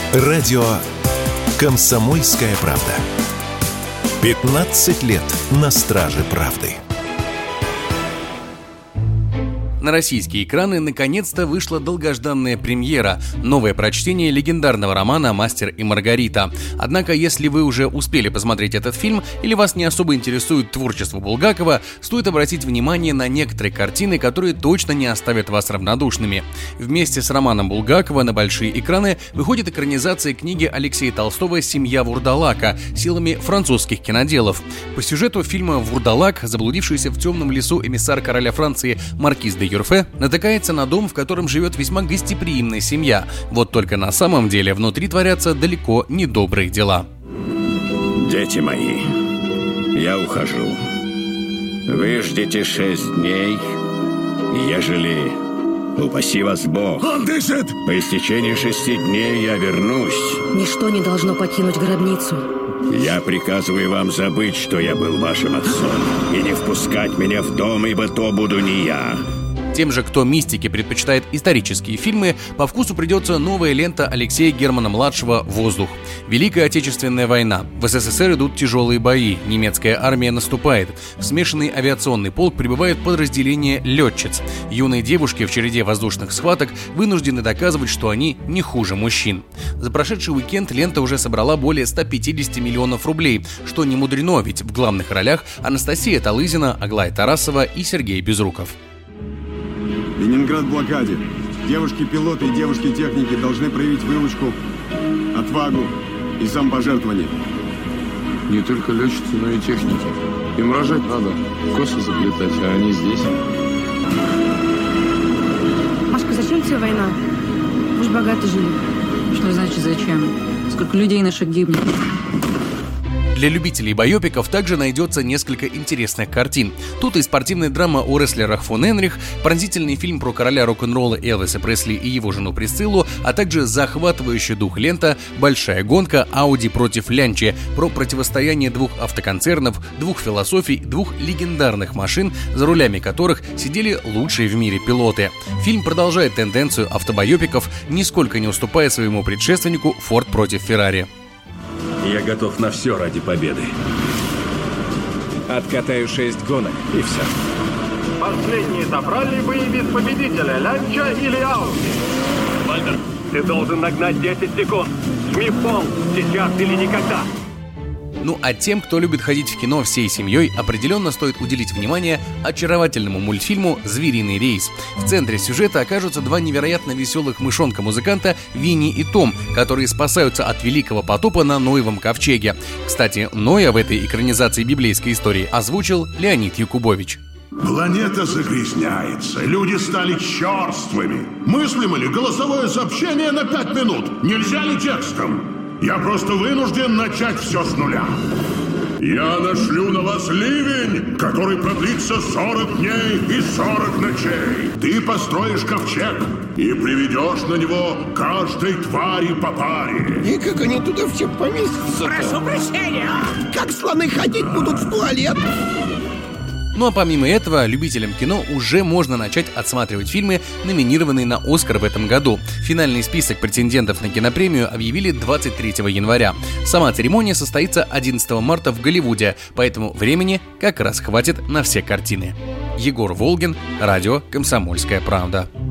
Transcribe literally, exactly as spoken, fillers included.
Радио «Комсомольская правда». пятнадцать лет на страже правды. На российские экраны наконец-то вышла долгожданная премьера – новое прочтение легендарного романа «Мастер и Маргарита». Однако, если вы уже успели посмотреть этот фильм или вас не особо интересует творчество Булгакова, стоит обратить внимание на некоторые картины, которые точно не оставят вас равнодушными. Вместе с романом Булгакова на большие экраны выходит экранизация книги Алексея Толстого «Семья Вурдалака» силами французских киноделов. По сюжету фильма «Вурдалак», заблудившийся в темном лесу эмиссар короля Франции маркиз де Юрфе, натыкается на дом, в котором живет весьма гостеприимная семья. Вот только на самом деле внутри творятся далеко не добрые дела. Дети мои, я ухожу. Вы ждите шесть дней, ежели, упаси вас Бог, он дышит! По истечении шести дней я вернусь. Ничто не должно покинуть гробницу. Я приказываю вам забыть, что я был вашим отцом, и не впускать меня в дом, ибо то буду не я. Тем же, кто мистике предпочитает исторические фильмы, по вкусу придется новая лента Алексея Германа-младшего «Воздух». Великая Отечественная война. В СССР идут тяжелые бои, немецкая армия наступает. В смешанный авиационный полк прибывает подразделение летчиц. Юные девушки в череде воздушных схваток вынуждены доказывать, что они не хуже мужчин. За прошедший уикенд лента уже собрала более ста пятидесяти миллионов рублей, что не мудрено, ведь в главных ролях Анастасия Талызина, Аглая Тарасова и Сергей Безруков. Ленинград в блокаде. Девушки-пилоты и девушки-техники должны проявить выучку, отвагу и самопожертвование. Не только летчицы, но и техники. Им рожать надо, косы заплетать, а они здесь. Машка, зачем тебе война? Мы ж богато жили. Что значит зачем? Сколько людей наших гибнет? Для любителей байопиков также найдется несколько интересных картин. Тут и спортивная драма о рестлерах фон Энрих, пронзительный фильм про короля рок-н-ролла Элвиса Пресли и его жену Присциллу, а также захватывающая дух лента «Большая гонка. Ауди против Лянчи» про противостояние двух автоконцернов, двух философий, двух легендарных машин, за рулями которых сидели лучшие в мире пилоты. Фильм продолжает тенденцию автобайопиков, нисколько не уступая своему предшественнику «Форд против Феррари». Я готов на все ради победы. Откатаю шесть гонок, и все. Последний этап ралли выявит победителя, Лянча или Ауди. Вальтер, ты должен нагнать десять секунд. Жми в пол, сейчас или никогда. Ну а тем, кто любит ходить в кино всей семьей, определенно стоит уделить внимание очаровательному мультфильму «Звериный рейс». В центре сюжета окажутся два невероятно веселых мышонка-музыканта Винни и Том, которые спасаются от великого потопа на Ноевом ковчеге. Кстати, Ноя в этой экранизации библейской истории озвучил Леонид Якубович. Планета загрязняется, люди стали черствыми. Мыслимо ли голосовое сообщение на пять минут? Нельзя ли текстом? Я просто вынужден начать все с нуля. Я нашлю на вас ливень, который продлится сорок дней и сорок ночей. Ты построишь ковчег и приведешь на него каждой твари по паре. И как они туда все поместятся? Прошу прощения! Как слоны ходить будут в туалет? Ну а помимо этого, любителям кино уже можно начать отсматривать фильмы, номинированные на «Оскар» в этом году. Финальный список претендентов на кинопремию объявили двадцать третьего января. Сама церемония состоится одиннадцатого марта в Голливуде, поэтому времени как раз хватит на все картины. Егор Волгин, радио «Комсомольская правда».